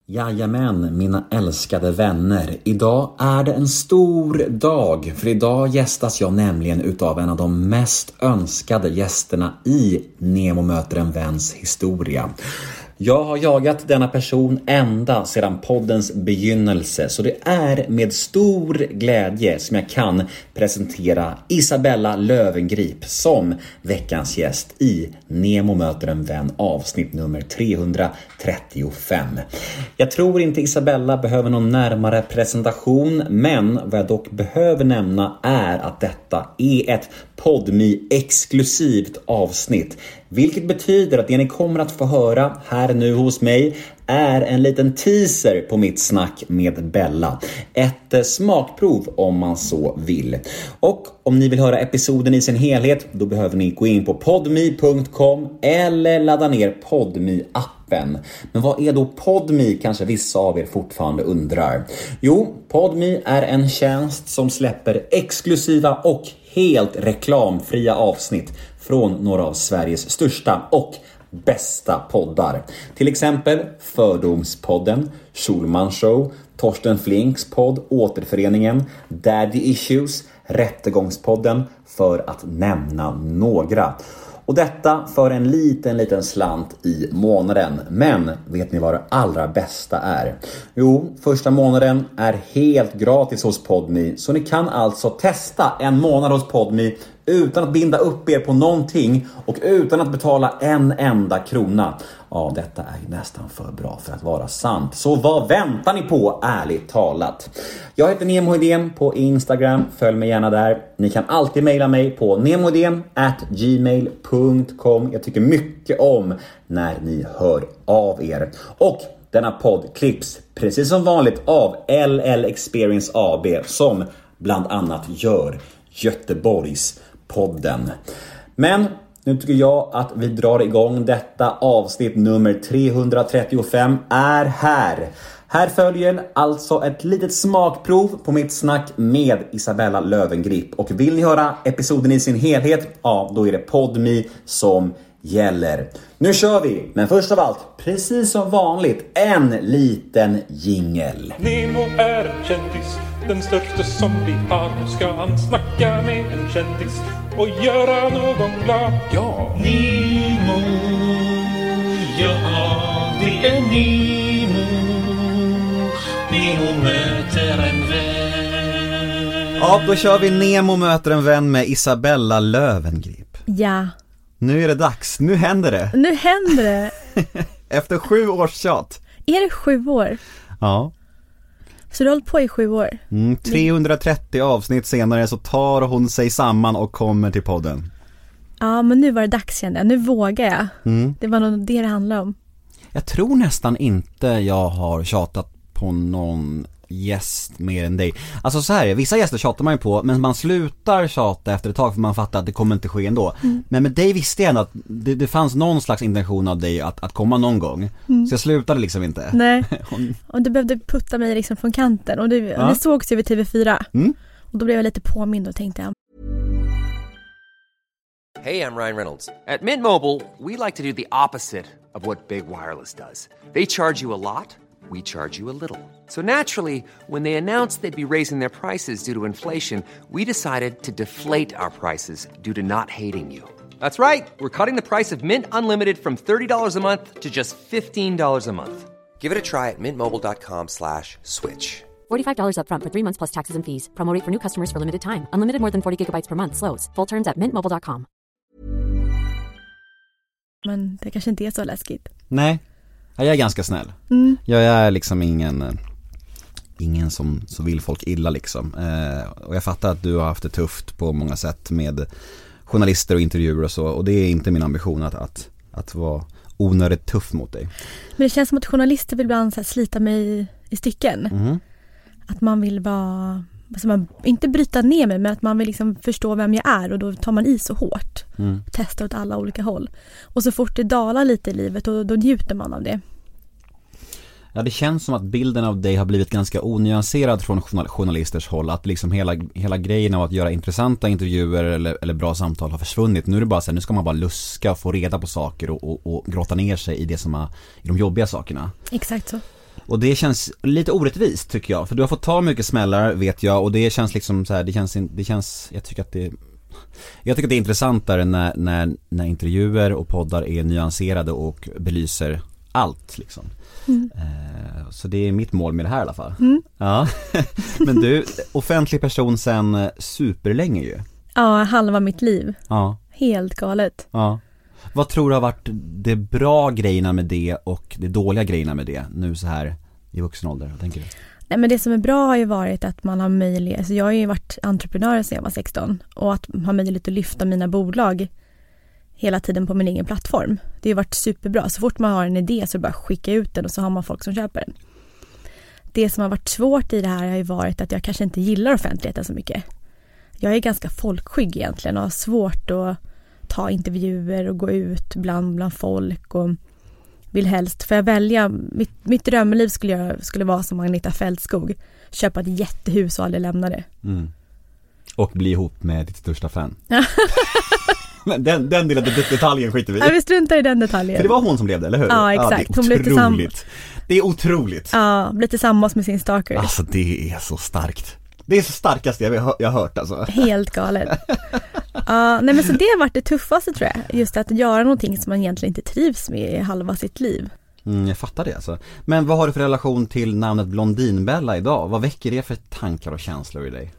Jajamän, mina älskade vänner. Idag är det en stor dag, för idag gästas jag nämligen utav en av de mest önskade gästerna i Nemo möter en väns historia. Jag har jagat denna person ända sedan poddens begynnelse, så det är med stor glädje som jag kan presentera Isabella Löwengrip som veckans gäst i Nemo möter en vän avsnitt nummer 335. Jag tror inte Isabella behöver någon närmare presentation, men vad jag dock behöver nämna är att detta är ett Podme-exklusivt avsnitt. Vilket betyder att det ni kommer att få höra här nu hos mig är en liten teaser på mitt snack med Bella. Ett smakprov om man så vill. Och om ni vill höra episoden i sin helhet, då behöver ni gå in på podme.com eller ladda ner Podme-appen. Men vad är då Podme, kanske vissa av er fortfarande undrar? Jo, Podme är en tjänst som släpper exklusiva och helt reklamfria avsnitt från några av Sveriges största och bästa poddar. Till exempel Fördomspodden, Schulman Show, Torsten Flinks podd Återföreningen, Daddy Issues, Rättegångspodden, för att nämna några. Och detta för en liten slant i månaden. Men vet ni vad det allra bästa är? Jo, första månaden är helt gratis hos Podme. Så ni kan alltså testa en månad hos Podme utan att binda upp er på någonting och utan att betala en enda krona. Ja, detta är ju nästan för bra för att vara sant. Så vad väntar ni på, ärligt talat? Jag heter Nemo Idén på Instagram. Följ mig gärna där. Ni kan alltid mejla mig på nemoidén@gmail.com. Jag tycker mycket om när ni hör av er. Och denna podd klipps precis som vanligt av LL Experience AB, som bland annat gör Göteborgs podden. Men nu tycker jag att vi drar igång detta avsnitt nummer 335 är här. Här följer alltså ett litet smakprov på mitt snack med Isabella Löwengrip. Och vill ni höra episoden i sin helhet, ja, då är det Podme som gäller. Nu kör vi, men först av allt, precis som vanligt, en liten jingle. Nemo är en kändis, den största som vi har. Nu ska han snacka med en kändis och göra någon glad. Ja, Nemo, ja, det är Nemo. Nemo möter en vän. Ja, då kör vi Nemo möter en vän med Isabella Löwengrip. Ja. Nu är det dags, nu händer det. Nu händer det. Efter 7 års tjat. Är det 7 år? Ja. Så du har hållit på i 7 år? 330 avsnitt senare så tar hon sig samman och kommer till podden. Ja, men nu var det dags, kände jag. Nu vågar jag. Det var nog det handlade om. Jag tror nästan inte jag har tjatat på någon gäst mer än dig. Alltså så här, vissa gäster tjatar man ju på, men man slutar tjata efter ett tag för man fattar att det kommer inte ske ändå. Men med dig visste jag ändå att det fanns någon slags intention av dig att komma någon gång. Så jag slutade liksom inte. Nej, och du behövde putta mig liksom från kanten. Och vi sågs ju vid TV4. Och då blev jag lite påmind och tänkte jag. Hey, I'm Ryan Reynolds. At Mint Mobile, we like to do the opposite of what Big Wireless does. They charge you a lot. We charge you a little. So naturally, when they announced they'd be raising their prices due to inflation, we decided to deflate our prices due to not hating you. That's right. We're cutting the price of Mint Unlimited from $30 a month to just $15 a month. Give it a try at mintmobile.com/switch. $45 up front for 3 months plus taxes and fees. Promo rate for new customers for limited time. Unlimited more than 40 gigabytes per month. Slows full terms at mintmobile.com. Men det kanske inte är så läskigt. Nej. Jag är ganska snäll. Jag är liksom ingen som så vill folk illa liksom. Och jag fattar att du har haft det tufft på många sätt med journalister och intervjuer och så. Och det är inte min ambition att vara onödigt tuff mot dig. Men det känns som att journalister vill ibland så här slita mig i stycken. Att man vill vara... Alltså man, inte bryta ner mig, men att man vill liksom förstå vem jag är. Och då tar man i så hårt. Testar åt alla olika håll. Och så fort det dalar lite i livet, och då njuter man av det. Ja, det känns som att bilden av dig har blivit ganska onyanserad från journalisters håll. Att liksom hela grejen av att göra intressanta intervjuer eller bra samtal har försvunnit. Nu är det bara så här, nu ska man bara luska och få reda på saker och grotta ner sig i det som är i de jobbiga sakerna. Exakt så. Och det känns lite orättvist tycker jag. För du har fått ta mycket smällar vet jag. Och det känns liksom så här, det känns jag tycker att det är intressantare när intervjuer och poddar är nyanserade och belyser allt liksom. Så det är mitt mål med det här i alla fall. Ja. Men du, offentlig person sen superlänge ju. Ja, halva mitt liv. Ja. Helt galet. Ja. Vad tror du har varit det bra grejerna med det och det dåliga grejerna med det nu så här i vuxen ålder? Vad tänker du? Nej, men det som är bra har ju varit att man har möjlighet, alltså jag har ju varit entreprenör sedan jag var 16 och att ha möjlighet att lyfta mina bolag hela tiden på min egen plattform. Det har varit superbra. Så fort man har en idé så bara skicka ut den och så har man folk som köper den. Det som har varit svårt i det här har ju varit att jag kanske inte gillar offentligheten så mycket. Jag är ganska folkskygg egentligen och har svårt att ta intervjuer och gå ut bland folk och vill helst, för jag välja mitt drömliv skulle vara som Agneta Fältskog, köpa ett jättehus och aldrig lämna det. Och bli ihop med ditt största fan. Men den delen detaljen skiter vi i. Ja, vi struntar i den detaljen. För det var hon som levde, eller hur? Ja, exakt. Ja, det är otroligt. Ja, blir tillsammans med sin stalker. Alltså det är så starkt. Det är så starkaste jag har hört alltså. Helt galet. Nej, men så det har varit det tuffaste tror jag. Just att göra någonting som man egentligen inte trivs med i halva sitt liv. Jag fattar det alltså. Men vad har du för relation till namnet Blondinbella idag? Vad väcker det för tankar och känslor i dig?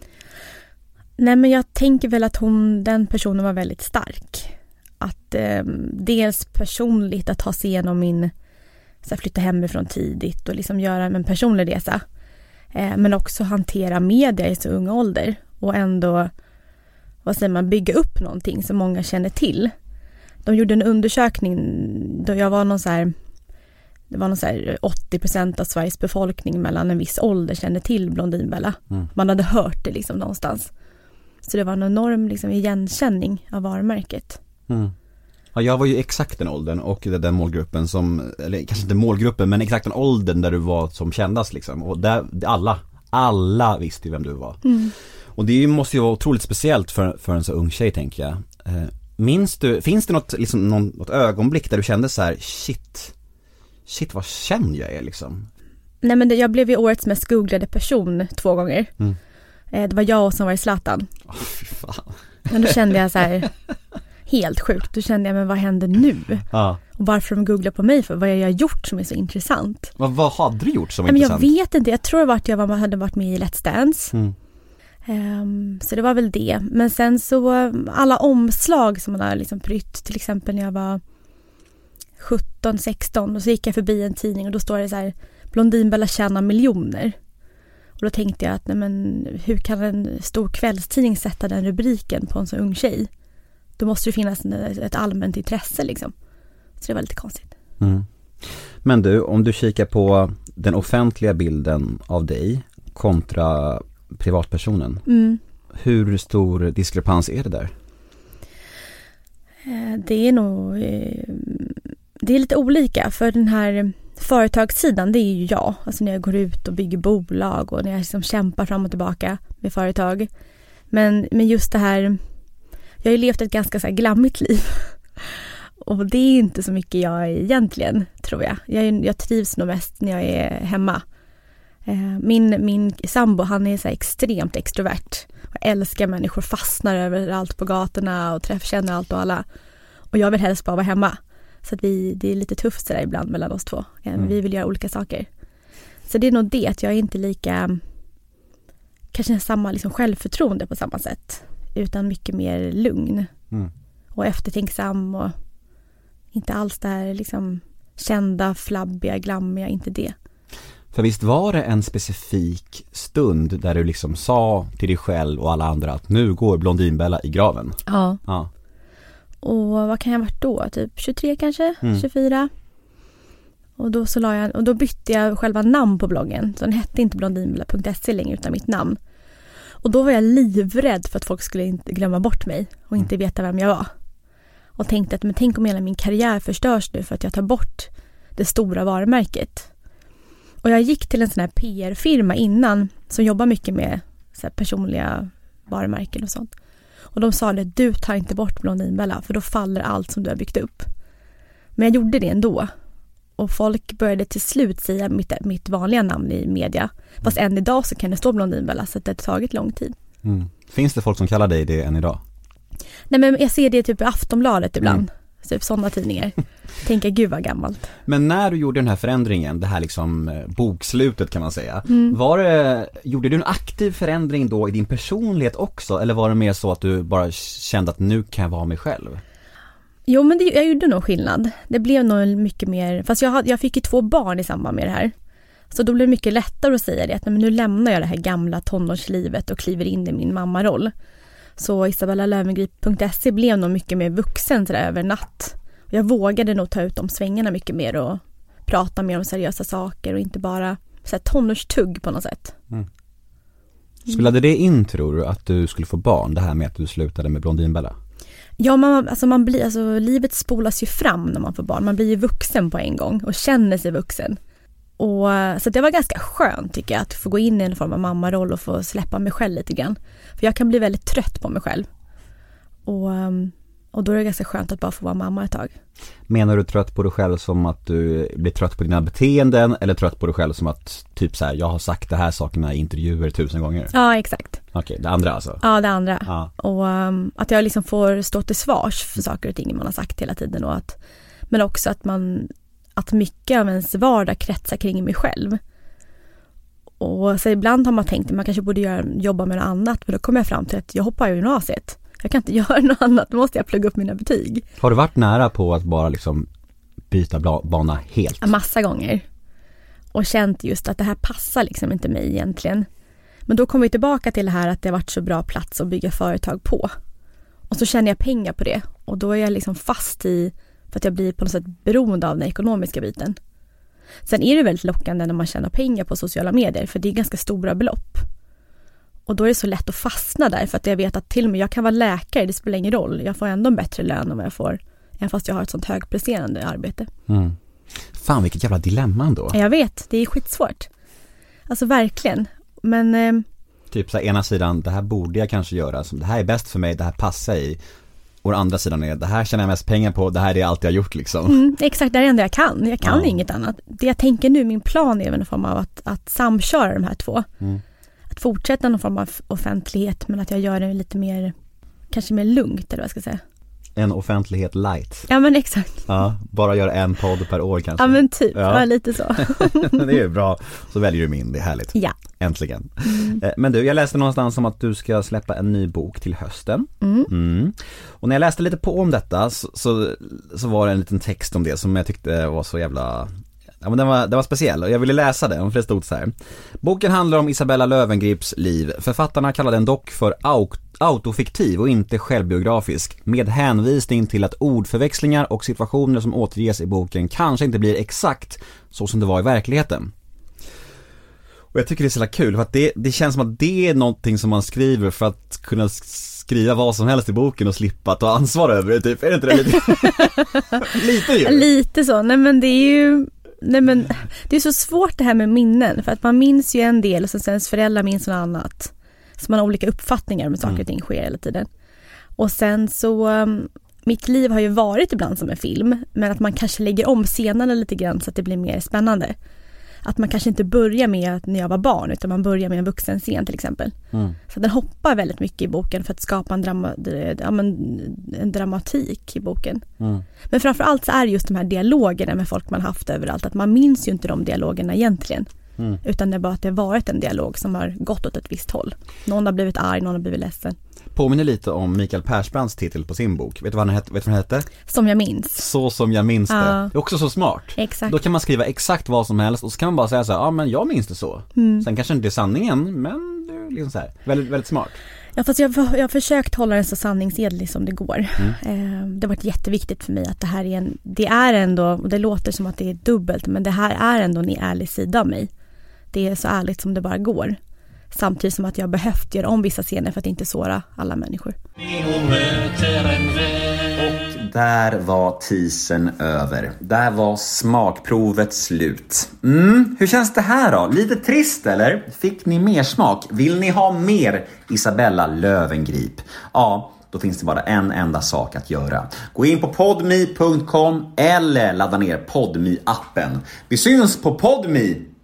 Nej, men jag tänker väl att den personen var väldigt stark. Att dels personligt att ta sig igenom flytta hemifrån tidigt och liksom göra en personlig resa. Men också hantera media i så ung ålder och ändå bygga upp någonting som många känner till. De gjorde en undersökning då jag var det var 80% av Sveriges befolkning mellan en viss ålder kände till Blondinbella. Man hade hört det liksom någonstans. Så det var en enorm liksom igenkänning av varumärket. Ja, jag var ju exakt den åldern och den målgruppen eller kanske inte målgruppen, men exakt den åldern där du var som kändast liksom. Och där alla visste ju vem du var. Och det måste ju vara otroligt speciellt för en så ung tjej, tänker jag. Finns det något ögonblick där du kände så här, shit vad känd jag är liksom? Nej, men jag blev ju årets mest googlade person 2 gånger. Det var jag som var i Zlatan. Fy fan. Men då kände jag så här, helt sjukt. Då kände jag, men vad händer nu? Och varför de googlar på mig för vad jag har gjort som är så intressant. Vad hade du gjort som var intressant? Jag vet inte. Jag tror att jag hade varit med i Let's Dance. Så det var väl det. Men sen så alla omslag som man har liksom prytt. Till exempel när jag var 17-16 och så gick jag förbi en tidning och då står det så här: Blondinbella tjänar miljoner. Och då tänkte jag att hur kan en stor kvällstidning sätta den rubriken på en så ung tjej? Då måste det finnas ett allmänt intresse liksom. Så det var lite konstigt. Men du, om du kikar på den offentliga bilden av dig kontra privatpersonen. Hur stor diskrepans är det där? Det är nog det är lite olika, för den här företagssidan, det är ju jag. Alltså när jag går ut och bygger bolag och när jag liksom kämpar fram och tillbaka med företag. Men just det här, jag har ju levt ett ganska så här glammigt liv. Och det är inte så mycket jag är egentligen, tror jag. Jag trivs nog mest när jag är hemma. Min sambo, han är så här extremt extrovert. Jag älskar människor, fastnar överallt på gatorna och känner allt och alla. Och jag vill helst bara vara hemma. Så att det är lite tufft så där ibland mellan oss två. Vi vill göra olika saker. Så det är nog det, att jag är inte lika, kanske samma liksom självförtroende på samma sätt. Utan mycket mer lugn. Och eftertänksam och inte alls det här liksom kända, flabbiga, glammiga, inte det. För visst var det en specifik stund där du liksom sa till dig själv och alla andra att nu går Blondinbella i graven? Ja. Och vad kan jag ha varit då? Typ 23 kanske? 24. Och då bytte jag själva namn på bloggen. Så den hette inte blondinbella.se längre utan mitt namn. Och då var jag livrädd för att folk skulle inte glömma bort mig och inte veta vem jag var. Och tänkte att tänk om hela min karriär förstörs nu för att jag tar bort det stora varumärket. Och jag gick till en sån här PR-firma innan som jobbar mycket med så här personliga varumärken och sånt. Och de sa att du tar inte bort Blondinbella för då faller allt som du har byggt upp. Men jag gjorde det ändå. Och folk började till slut säga mitt vanliga namn i media. Fast än idag så kan det stå Blondinbella, så det har tagit lång tid. Finns det folk som kallar dig det än idag? Nej, men jag ser det typ i Aftonbladet ibland. Typ sådana tidningar. Tänker, gud vad gammalt. Men när du gjorde den här förändringen, det här liksom bokslutet kan man säga. Gjorde du en aktiv förändring då i din personlighet också? Eller var det mer så att du bara kände att nu kan jag vara mig själv? Jo, men jag gjorde nog skillnad. Det blev nog mycket mer... Fast jag fick ju 2 barn i samband med det här. Så då blev det mycket lättare att säga det. Att men nu lämnar jag det här gamla tonårslivet och kliver in i min mammaroll. Så isabellalöwengrip.se blev nog mycket mer vuxen sådär över natt. Och jag vågade nog ta ut de svängarna mycket mer och prata mer om seriösa saker och inte bara så här tonårstugg på något sätt. Spelade det in, tror du, att du skulle få barn, det här med att du slutade med Blondinbella? Ja, livet spolas ju fram när man får barn. Man blir ju vuxen på en gång och känner sig vuxen. Och så det var ganska skönt tycker jag, att få gå in i en form av mammaroll och få släppa mig själv lite grann. För jag kan bli väldigt trött på mig själv. Och då är det ganska skönt att bara få vara mamma ett tag. Menar du trött på dig själv som att du blir trött på dina beteenden, eller trött på dig själv som att typ så här, jag har sagt det här sakerna i intervjuer 1000 gånger? Ja, exakt. Okej, det andra alltså? Ja, det andra. Ja. Och att jag liksom får stå till svars för saker och ting man har sagt hela tiden. Och men också att mycket av ens vardag kretsar kring mig själv. Och så ibland har man tänkt att man kanske borde jobba med något annat. Men då kommer jag fram till att jag hoppar i gymnasiet. Jag kan inte göra något annat, då måste jag plugga upp mina betyg. Har du varit nära på att bara liksom byta bana helt? Ja, massa gånger. Och känt just att det här passar liksom inte mig egentligen. Men då kommer vi tillbaka till det här att det har varit så bra plats att bygga företag på. Och så tjänar jag pengar på det. Och då är jag liksom fast i, för att jag blir på något sätt beroende av den ekonomiska biten. Sen är det väldigt lockande när man tjänar pengar på sociala medier, för det är ganska stora belopp. Och då är det så lätt att fastna där, för att jag vet att till och med jag kan vara läkare, det spelar ingen roll. Jag får ändå en bättre lön än vad jag får, även fast jag har ett sånt högpresterande arbete. Fan, vilket jävla dilemma då. Jag vet, det är skitsvårt. Alltså verkligen. Men typ så här, ena sidan, det här borde jag kanske göra, det här är bäst för mig, det här passar i. Och den andra sidan är, det här tjänar jag mest pengar på, det här är allt jag har gjort liksom. Exakt, det är det enda jag kan. Jag kan inget annat. Det jag tänker nu, min plan är en form av att samköra de här två. Att fortsätta någon form av offentlighet, men att jag gör det lite mer, kanske mer lugnt, eller vad jag ska säga. En offentlighet light. Ja, men exakt. Ja, bara göra en podd per år kanske. Ja, men typ. Ja, lite så. Det är ju bra. Så väljer du min, det är härligt. Ja. Äntligen. Men du, jag läste någonstans om att du ska släppa en ny bok till hösten. Och när jag läste lite på om detta så var det en liten text om det som jag tyckte var så jävla... Ja, men den var speciell och jag ville läsa den, för det stod så här. Boken handlar om Isabella Löwengrips liv. Författarna kallar den dock för autofiktiv och inte självbiografisk, med hänvisning till att ordförväxlingar och situationer som återges i boken kanske inte blir exakt så som det var i verkligheten. Och jag tycker det är så jävla kul, för att det känns som att det är någonting som man skriver för att kunna skriva vad som helst i boken och slippa ta ansvar över det, typ. Är det inte det lite? Lite ju. Lite så. Nej, men det är ju... det är så svårt det här med minnen, för att man minns ju en del och sen ens föräldrar minns något annat. Så man har olika uppfattningar om saker och ting sker hela tiden. Och sen så, mitt liv har ju varit ibland som en film, men att man kanske lägger om scenerna lite grann så att det blir mer spännande. Att man kanske inte börjar med när jag var barn, utan man börjar med en vuxen scen till exempel. Så den hoppar väldigt mycket i boken för att skapa en dramatik i boken. Men framförallt så är det just de här dialogerna med folk man haft överallt, att man minns ju inte de dialogerna egentligen. Utan det är bara att det har varit en dialog som har gått åt ett visst håll. Någon har blivit arg, någon har blivit ledsen. Påminner lite om Mikael Persbrandts titel på sin bok. Vet du vad den hette? Som jag minns. Så som jag minns det. Det är också så smart. Exakt. Då kan man skriva exakt vad som helst och så kan man bara säga så här, ja men jag minns det så. Sen kanske inte är sanningen, men det är liksom så här, väldigt, väldigt smart. Ja, fast jag har försökt hålla den så sanningsedlig som det går. Det har varit jätteviktigt för mig att det här det är ändå, och det låter som att det är dubbelt, men det här är ändå en ärlig sida av mig. Det är så ärligt som det bara går. Samtidigt som att jag behövt göra om vissa scener för att inte såra alla människor. Och där var teasern över. Där var smakprovet slut. Hur känns det här då? Lite trist eller? Fick ni mer smak? Vill ni ha mer Isabella Löwengrip? Ja, då finns det bara en enda sak att göra. Gå in på podme.com eller ladda ner Podme-appen. Vi syns på Podme!